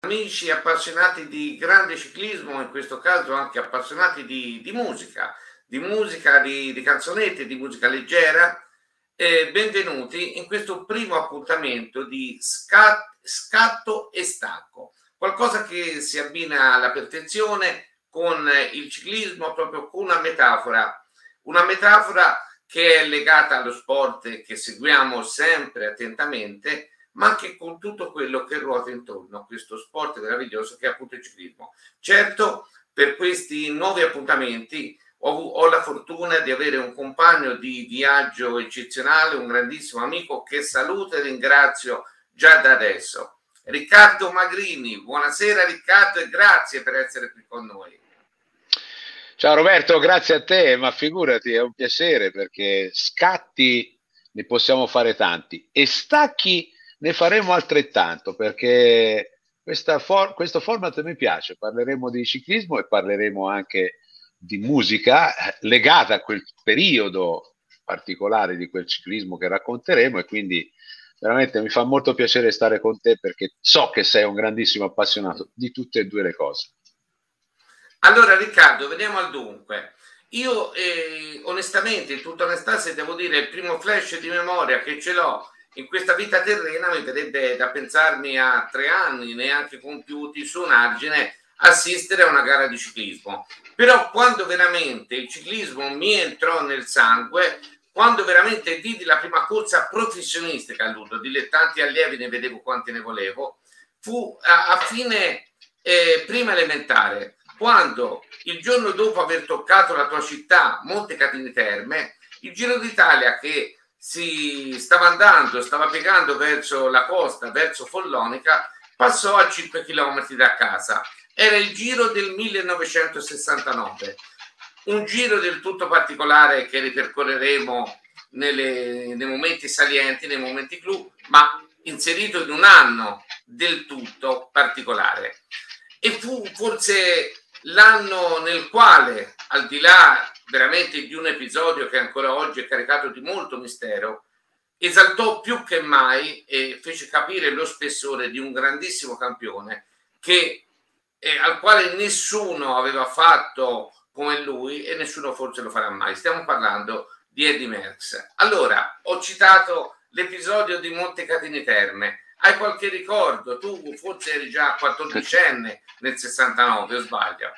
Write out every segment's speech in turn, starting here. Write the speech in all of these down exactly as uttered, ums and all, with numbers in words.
amici appassionati di grande ciclismo, in questo caso anche appassionati di, di musica, di musica, di, di canzonette, di musica leggera, eh, benvenuti in questo primo appuntamento di scat- scatto e stacco, qualcosa che si abbina alla perfezione con il ciclismo, proprio con una metafora, una metafora che è legata allo sport che seguiamo sempre attentamente, ma anche con tutto quello che ruota intorno a questo sport meraviglioso che è appunto il ciclismo. Certo, per questi nuovi appuntamenti ho, ho la fortuna di avere un compagno di viaggio eccezionale, un grandissimo amico che saluto e ringrazio già da adesso. Riccardo Magrini, buonasera Riccardo e grazie per essere qui con noi. Ciao Roberto, grazie a te, ma figurati, è un piacere perché scatti ne possiamo fare tanti e stacchi ne faremo altrettanto perché questa for- questo format mi piace. Parleremo di ciclismo e parleremo anche di musica eh, legata a quel periodo particolare di quel ciclismo che racconteremo e quindi veramente mi fa molto piacere stare con te perché so che sei un grandissimo appassionato di tutte e due le cose. Allora Riccardo, veniamo al dunque. Io eh, onestamente, in tutta onestà, se devo dire il primo flash di memoria che ce l'ho in questa vita terrena mi verrebbe da pensarmi a tre anni neanche compiuti su un argine assistere a una gara di ciclismo. Però quando veramente il ciclismo mi entrò nel sangue, quando veramente vidi la prima corsa professionistica a Ludo, dilettanti allievi ne vedevo quanti ne volevo, fu a, a fine eh, prima elementare, quando il giorno dopo aver toccato la tua città, Montecatini Terme, il Giro d'Italia che si stava andando, stava piegando verso la costa, verso Follonica, passò a cinque chilometri da casa. Era il Giro del millenovecentosessantanove, un giro del tutto particolare che ripercorreremo nelle, nei momenti salienti, nei momenti clou, ma inserito in un anno del tutto particolare. E fu forse l'anno nel quale, al di là veramente di un episodio che ancora oggi è caricato di molto mistero, esaltò più che mai e fece capire lo spessore di un grandissimo campione che, eh, al quale nessuno aveva fatto come lui e nessuno forse lo farà mai. Stiamo parlando di Eddy Merckx. Allora, ho citato l'episodio di Montecatini Terme. Hai qualche ricordo? Tu forse eri già quattordicenne nel sessantanove, o sbaglio?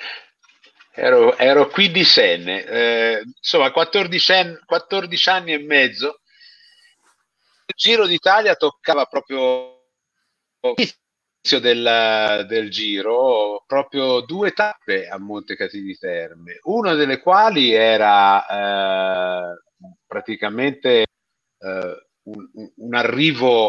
Ero, ero quindicenne, eh, insomma quattordici anni, quattordici anni e mezzo. Il Giro d'Italia toccava proprio l'inizio del, del Giro, proprio due tappe a Montecatini Terme, una delle quali era eh, praticamente eh, un, un arrivo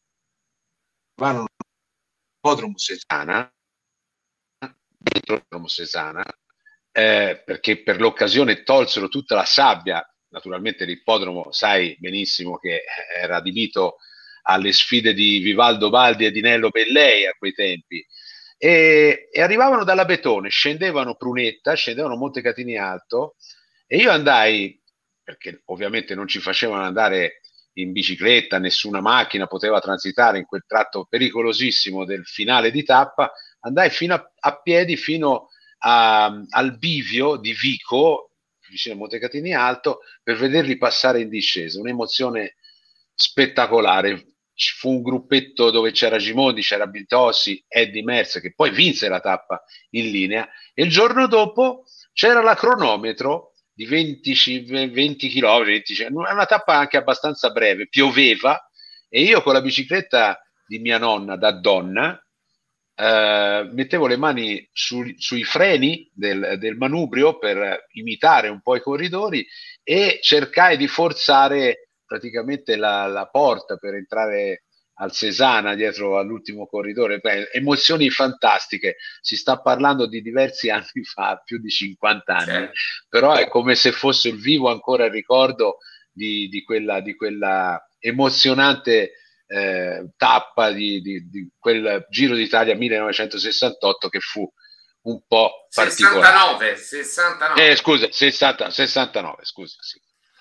all'ippodromo Sesana, dentro Sesana, eh, perché per l'occasione tolsero tutta la sabbia. Naturalmente l'ippodromo sai benissimo che era adibito alle sfide di Vivaldo Baldi e di Nello Bellei a quei tempi. E, e arrivavano dalla Betone, scendevano Prunetta, scendevano Montecatini Alto e io andai, perché ovviamente non ci facevano andare in bicicletta, nessuna macchina poteva transitare in quel tratto pericolosissimo del finale di tappa, andai fino a, a piedi fino a, al bivio di Vico, vicino a Montecatini Alto, per vederli passare in discesa. Un'emozione spettacolare. Ci fu un gruppetto dove c'era Gimondi, c'era Bitossi, Eddy Merckx, che poi vinse la tappa in linea, e il giorno dopo c'era la cronometro di venti, venti chilometri, venti, una tappa anche abbastanza breve, pioveva, e io con la bicicletta di mia nonna da donna eh, mettevo le mani su, sui freni del, del manubrio per imitare un po' i corridori e cercai di forzare praticamente la, la porta per entrare al Sesana dietro all'ultimo corridore. Beh, emozioni fantastiche, si sta parlando di diversi anni fa, più di cinquanta anni, Certo. però è come se fosse il vivo ancora il ricordo di, di, quella, di quella emozionante eh, tappa di, di, di quel Giro d'Italia millenovecentosessantotto che fu un po' particolare. sessantanove, Eh, sessantanove. scusa, sessanta, sessantanove, scusa, sì.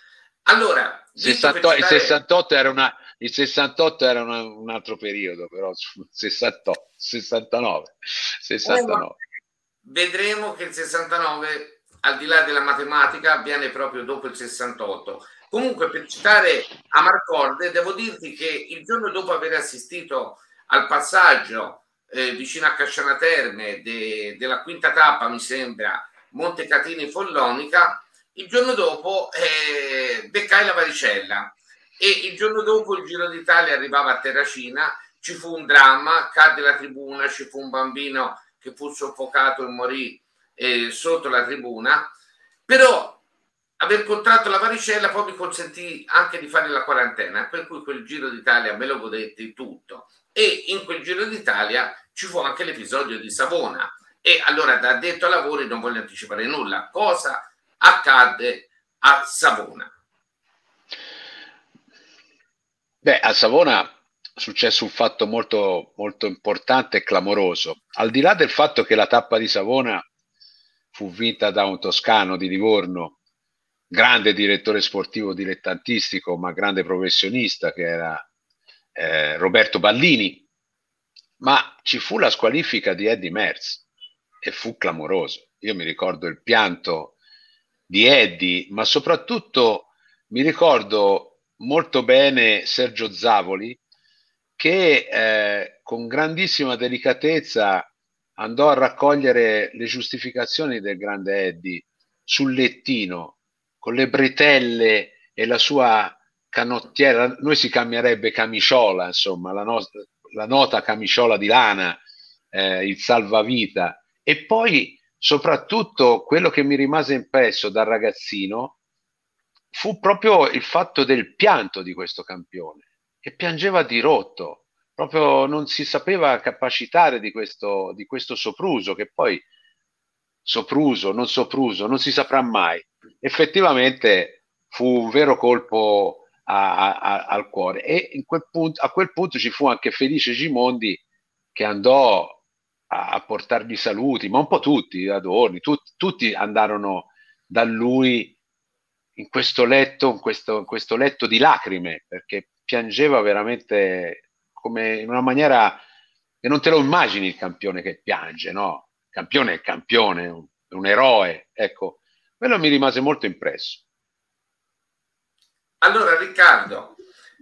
Allora, giusto per sessantotto, il citare, sessantotto era una, il sessantotto era una, un altro periodo, però sessantotto, sessantanove, eh, ma sessantanove. vedremo che il sessantanove, al di là della matematica, avviene proprio dopo il sessantotto. Comunque, per citare Amarcord, devo dirti che il giorno dopo aver assistito al passaggio eh, vicino a Casciana Terme de, della quinta tappa, mi sembra, Montecatini Follonica, il giorno dopo eh, beccai la varicella e il giorno dopo il Giro d'Italia arrivava a Terracina, ci fu un dramma, cadde la tribuna, ci fu un bambino che fu soffocato e morì eh, sotto la tribuna, però aver contratto la varicella poi mi consentì anche di fare la quarantena, per cui quel Giro d'Italia me lo godetti tutto. E in quel Giro d'Italia ci fu anche l'episodio di Savona. E allora, da addetto ai lavori, non voglio anticipare nulla. Cosa accadde a Savona? Beh, a Savona è successo un fatto molto, molto importante e clamoroso. Al di là del fatto che la tappa di Savona fu vinta da un toscano di Livorno, grande direttore sportivo dilettantistico, ma grande professionista, che era eh, Roberto Ballini, ma ci fu la squalifica di Eddy Merckx e fu clamoroso. Io mi ricordo il pianto di Eddy, ma soprattutto mi ricordo molto bene Sergio Zavoli che eh, con grandissima delicatezza andò a raccogliere le giustificazioni del grande Eddy sul lettino con le bretelle e la sua canottiera, noi si cambierebbe camiciola, insomma, la, no- la nota camiciola di lana, eh, il salvavita. E poi, soprattutto, quello che mi rimase impresso da ragazzino fu proprio il fatto del pianto di questo campione, che piangeva di rotto, proprio non si sapeva capacitare di questo, di questo sopruso, che poi sopruso, non sopruso, non si saprà mai. Effettivamente fu un vero colpo a, a, al cuore e in quel punto, a quel punto ci fu anche Felice Gimondi che andò a, a portargli saluti, ma un po' tutti, Adorni, tut, tutti andarono da lui in questo letto, in questo, in questo letto di lacrime, perché piangeva veramente come in una maniera che non te lo immagini il campione che piange, no? Il campione è il campione, un, un eroe, ecco, quello mi rimase molto impresso. Allora, Riccardo,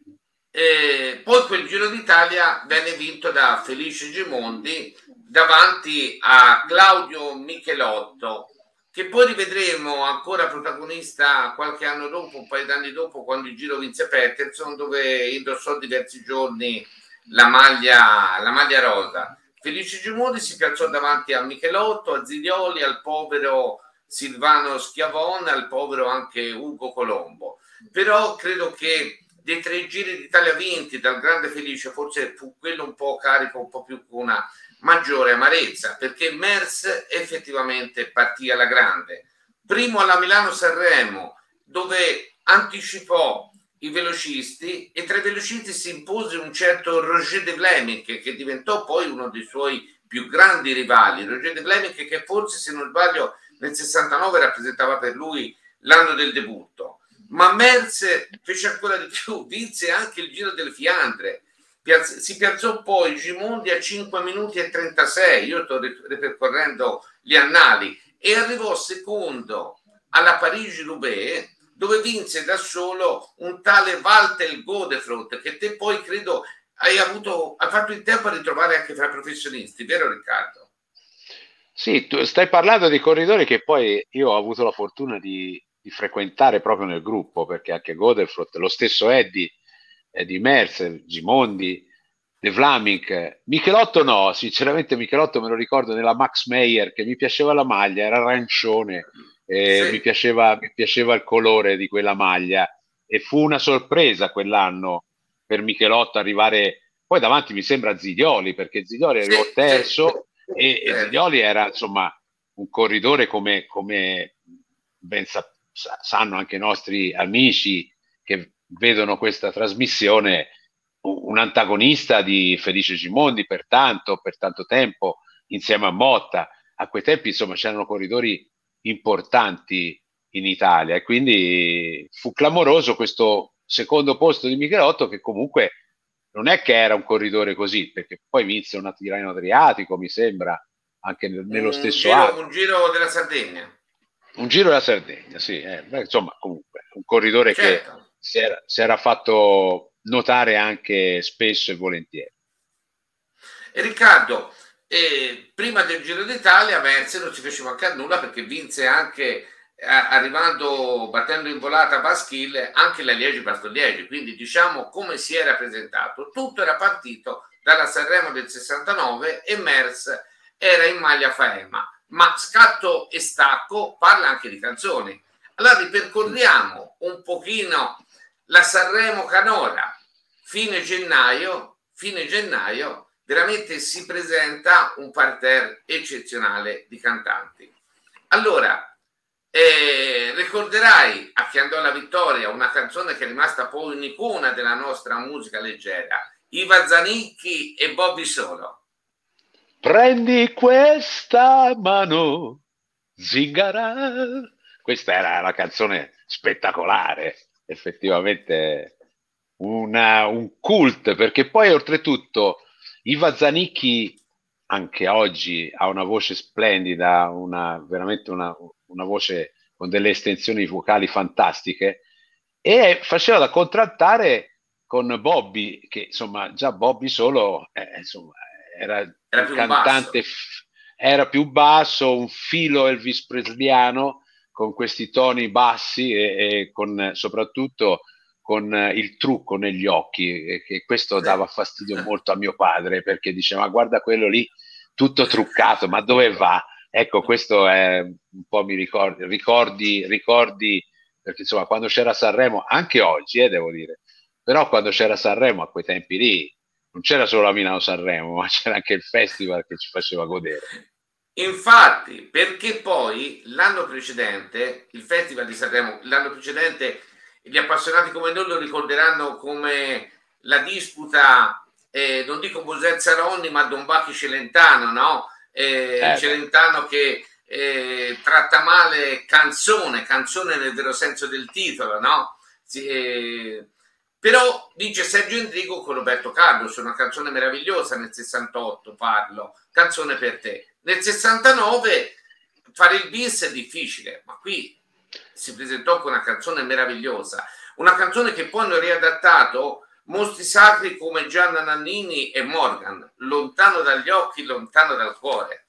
eh, poi quel Giro d'Italia venne vinto da Felice Gimondi davanti a Claudio Michelotto, che poi rivedremo ancora protagonista qualche anno dopo, un paio d'anni dopo, quando il Giro vinse Peterson, dove indossò diversi giorni la maglia, la maglia rosa. Felice Gimondi si piazzò davanti a Michelotto, a Ziglioli, al povero Silvano Schiavone, al povero anche Ugo Colombo. Però credo che dei tre giri d'Italia vinti dal grande Felice forse fu quello un po' carico, un po' più con una maggiore amarezza, perché Merckx effettivamente partì alla grande. Primo alla Milano-Sanremo, dove anticipò i velocisti e tra i velocisti si impose un certo Roger de Vlaming che diventò poi uno dei suoi più grandi rivali. Roger de Vlaming che forse, se non sbaglio, nel sessantanove rappresentava per lui l'anno del debutto. Ma Merckx fece ancora di più, vinse anche il Giro delle Fiandre, Piazz- si piazzò poi Gimondi a cinque minuti e trentasei, io sto ripercorrendo gli annali, e arrivò secondo alla Parigi-Roubaix, dove vinse da solo un tale Walter Godefroth, che te poi credo hai avuto, hai fatto in tempo a ritrovare anche fra i professionisti, vero Riccardo? Sì, tu stai parlando di corridori che poi io ho avuto la fortuna di, di frequentare proprio nel gruppo, perché anche Godefroth, lo stesso Eddy, Eddy Merckx, Gimondi, De Vlaming, Michelotto no, sinceramente Michelotto me lo ricordo nella Max Meyer che mi piaceva la maglia, era arancione, eh, mi Sì, piaceva, mi piaceva il colore di quella maglia e fu una sorpresa quell'anno per Michelotto arrivare poi davanti mi sembra Ziglioli, perché Ziglioli sì, arrivò sì, terzo e, e certo. Ziglioli era insomma un corridore come, come ben sa- sanno anche i nostri amici che vedono questa trasmissione, un antagonista di Felice Gimondi per tanto, per tanto tempo, insieme a Motta. A quei tempi, insomma, c'erano corridori importanti in Italia, e quindi fu clamoroso questo secondo posto di Michelotto, che comunque non è che era un corridore così, perché poi vinse una Tirreno Adriatico, mi sembra, anche nello Un stesso giro, anno. un giro della Sardegna. Un Giro della Sardegna, sì, eh, beh, insomma, comunque, un corridore che Certo. si era, si era fatto notare anche spesso e volentieri. E Riccardo, eh, prima del Giro d'Italia, Merckx non ci fece mancare nulla perché vinse anche, eh, arrivando, battendo in volata Baschil, anche la Liegi-Bastogliegi. Quindi diciamo come si era presentato. Tutto era partito dalla Sanremo del sessantanove e Merckx era in maglia Faema. Ma scatto e stacco parla anche di canzoni. Allora ripercorriamo un pochino la Sanremo canora. Fine gennaio, fine gennaio veramente si presenta un parterre eccezionale di cantanti. Allora, eh, ricorderai a chi andò alla vittoria una canzone che è rimasta poi un'icona della nostra musica leggera, Iva Zanicchi e Bobby Solo. Prendi questa mano, zingara. Questa era una canzone spettacolare, effettivamente una, un cult, perché poi oltretutto Iva Zanicchi anche oggi ha una voce splendida, una, veramente una, una voce con delle estensioni vocali fantastiche, e faceva da contraltare con Bobby, che insomma già Bobby solo eh, insomma, era Era un più un basso. cantante, era più basso, un filo Elvis Presliano, con questi toni bassi e, e con, soprattutto con il trucco negli occhi, e che questo dava fastidio molto a mio padre, perché diceva: ma guarda quello lì tutto truccato, ma dove va? Ecco, questo è un po' mi ricordi, ricordi, ricordi, perché insomma quando c'era Sanremo, anche oggi eh, devo dire, però quando c'era Sanremo a quei tempi lì non c'era solo la Milano Sanremo, ma c'era anche il festival che ci faceva godere. Infatti, perché poi l'anno precedente, il Festival di Sanremo, l'anno precedente gli appassionati come noi lo ricorderanno come la disputa, eh, non dico Boselli-Saronni, ma Don Bacchi Celentano, no? Eh, Eh, beh. Celentano che eh, tratta male Canzone, Canzone nel vero senso del titolo, no? Si, eh, però dice Sergio Endrigo con Roberto Carlos, una canzone meravigliosa nel sessantotto, parlo, Canzone per te. Nel sessantanove fare il bis è difficile, ma qui si presentò con una canzone meravigliosa, una canzone che poi hanno riadattato mostri sacri come Gianna Nannini e Morgan, lontano dagli occhi, lontano dal cuore.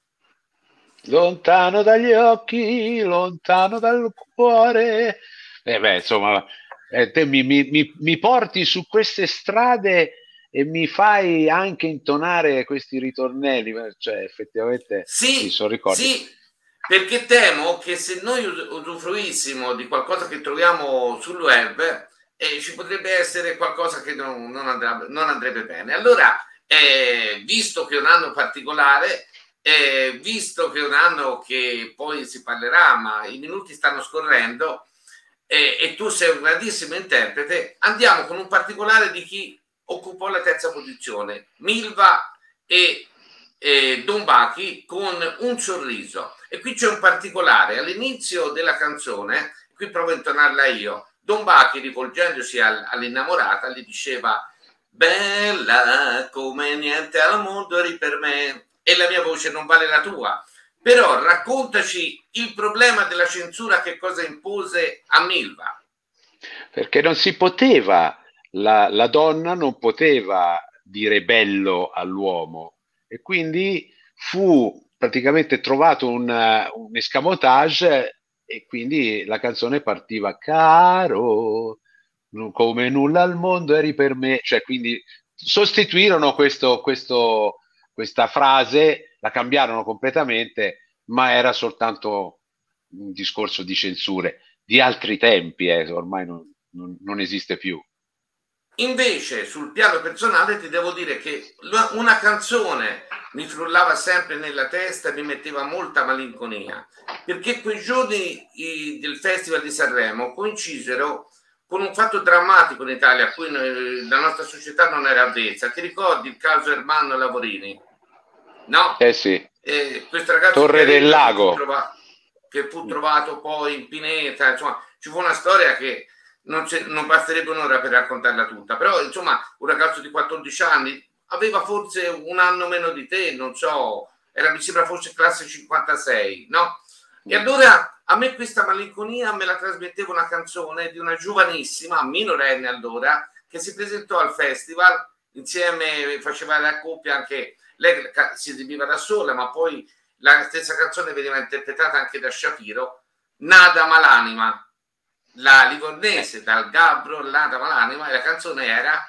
Lontano dagli occhi, lontano dal cuore. E beh, insomma, eh, te mi, mi, mi, mi porti su queste strade e mi fai anche intonare questi ritornelli, cioè effettivamente sì, Sì, sono ricordi. sì, perché temo che se noi usufruissimo di qualcosa che troviamo sul web, eh, ci potrebbe essere qualcosa che non, non, andrà, non andrebbe bene. Allora, eh, visto che è un anno particolare, eh, visto che è un anno che poi si parlerà, ma i minuti stanno scorrendo, eh, e tu sei un grandissimo interprete, andiamo con un particolare di chi occupò la terza posizione, Milva e eh, Don Bachi con Un sorriso. E qui c'è un particolare, all'inizio della canzone, qui provo a intonarla io, Don Bachi rivolgendosi al, all'innamorata gli diceva: bella come niente al mondo eri per me e la mia voce non vale la tua. Però raccontaci il problema della censura, che cosa impose a Milva. Perché non si poteva, la, la donna non poteva dire bello all'uomo, e quindi fu praticamente trovato un, un escamotage, e quindi la canzone partiva caro, come nulla al mondo eri per me, cioè quindi sostituirono questo, questo, questa frase, la cambiarono completamente, ma era soltanto un discorso di censure di altri tempi, eh, ormai non, non, non esiste più. Invece sul piano personale ti devo dire che una canzone mi frullava sempre nella testa e mi metteva molta malinconia, perché quei giorni i, del Festival di Sanremo coincisero con un fatto drammatico in Italia a cui noi, la nostra società non era avvezza. Ti ricordi il caso Ermanno Lavorini? No? Eh sì, Eh, questo ragazzo in Torre del Viareggio che fu Lago. trovato che fu trovato poi in pineta, insomma ci fu una storia che non, non basterebbe un'ora per raccontarla tutta, però insomma un ragazzo di quattordici anni aveva forse un anno meno di te, non so, era mi sembra forse classe cinquantasei, no? E allora a me questa malinconia me la trasmetteva una canzone di una giovanissima, minorenne allora, che si presentò al festival insieme, faceva la coppia anche, lei si esibiva da sola, ma poi la stessa canzone veniva interpretata anche da Shapiro, Nada Malanima, la livornese, dal Gabbro, Nada Malanima, e la canzone era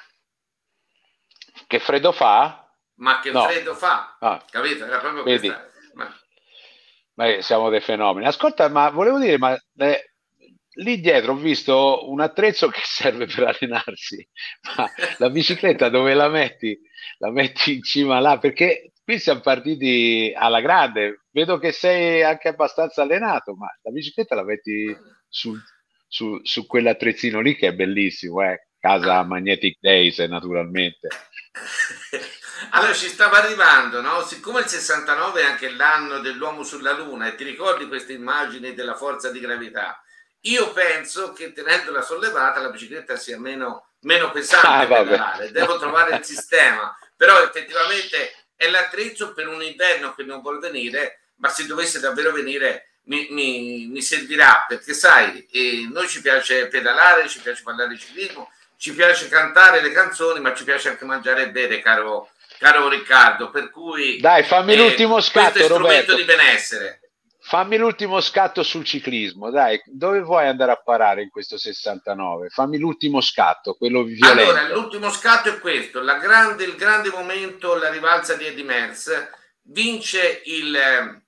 Che freddo fa? Ma che no. freddo fa, ah. Capito? Era proprio Vedi. questa. Ma... ma siamo dei fenomeni. Ascolta, ma volevo dire, ma eh, lì dietro ho visto un attrezzo che serve per allenarsi, ma la bicicletta dove la metti? La metti in cima là, perché qui siamo partiti alla grande, vedo che sei anche abbastanza allenato, ma la bicicletta la metti sul, su, su quell'attrezzino lì che è bellissimo, eh? Casa Magnetic Days naturalmente. Allora ci stava arrivando, no? Siccome il sessantanove è anche l'anno dell'uomo sulla Luna e ti ricordi queste immagini della forza di gravità, io penso che tenendola sollevata la bicicletta sia meno, meno pesante ah, per pedalare. Devo trovare il sistema, però effettivamente è l'attrezzo per un inverno che non vuol venire, ma se dovesse davvero venire mi, mi, mi servirà, perché sai, eh, noi ci piace pedalare, ci piace parlare di ciclismo, ci piace cantare le canzoni, ma ci piace anche mangiare e bere, caro, caro Riccardo, per cui dai, fammi eh, l'ultimo scatto, questo è strumento Roberto. di benessere. Fammi l'ultimo scatto sul ciclismo, dai, dove vuoi andare a parare in questo sessantanove? Fammi l'ultimo scatto, quello violento. Allora, l'ultimo scatto è questo, la grande, il grande momento, la rivalsa di Eddy Merckx, vince il,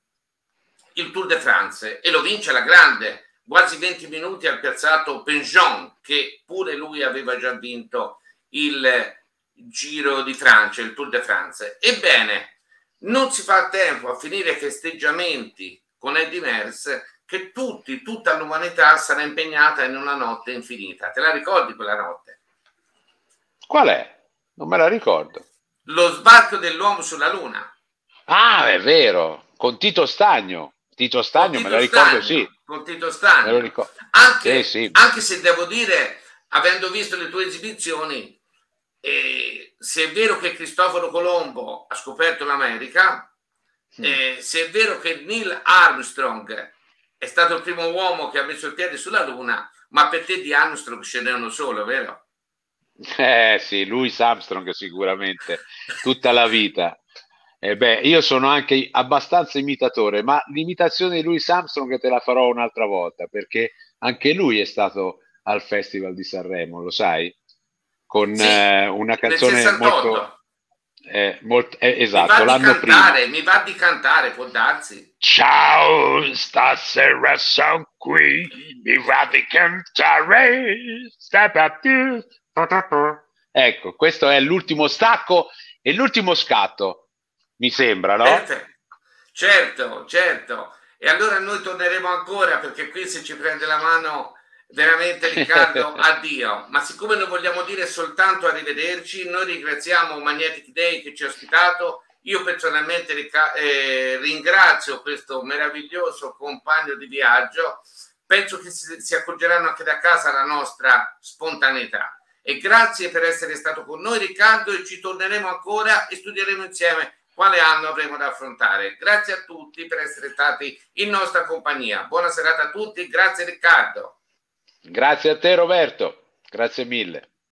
il Tour de France e lo vince alla grande, quasi venti minuti al piazzato Penjon, che pure lui aveva già vinto il Giro di Francia, il Tour de France. Ebbene, non si fa tempo a finire i festeggiamenti con Eddy Merckx che tutti, tutta l'umanità sarà impegnata in una notte infinita. Te la ricordi quella notte? Qual è? Non me la ricordo. Lo sbarco dell'uomo sulla Luna. Ah, è vero, con Tito Stagno. Tito Stagno, Tito me la ricordo, Stagno, sì. Con Tito Stagno. Me lo ricordo. Anche, sì, sì. anche se devo dire, avendo visto le tue esibizioni, eh, se è vero che Cristoforo Colombo ha scoperto l'America, mm. eh, se è vero che Neil Armstrong è stato il primo uomo che ha messo il piede sulla Luna, ma per te di Armstrong ce n'è uno solo, vero? Eh sì, Louis Armstrong sicuramente, tutta la vita. Eh beh, io sono anche abbastanza imitatore, ma l'imitazione di Louis Armstrong te la farò un'altra volta, perché anche lui è stato al Festival di Sanremo, lo sai? Con sì, eh, una canzone molto... Eh, molto eh, esatto, l'anno cantare, prima. Mi va di cantare, può darsi. Ciao, stasera sono qui, mi va di cantare. Step up to... Ecco, questo è l'ultimo stacco e l'ultimo scatto, mi sembra, no? Perfetto. Certo, certo. E allora noi torneremo ancora, perché qui se ci prende la mano veramente Riccardo, addio. Ma siccome noi vogliamo dire soltanto arrivederci, noi ringraziamo Magnetic Day che ci ha ospitato. Io personalmente eh, ringrazio questo meraviglioso compagno di viaggio. Penso che si, si accorgeranno anche da casa la nostra spontaneità. E grazie per essere stato con noi, Riccardo, e ci torneremo ancora e studieremo insieme quale anno avremo da affrontare. Grazie a tutti per essere stati in nostra compagnia. Buona serata a tutti, grazie Riccardo. Grazie a te Roberto, grazie mille.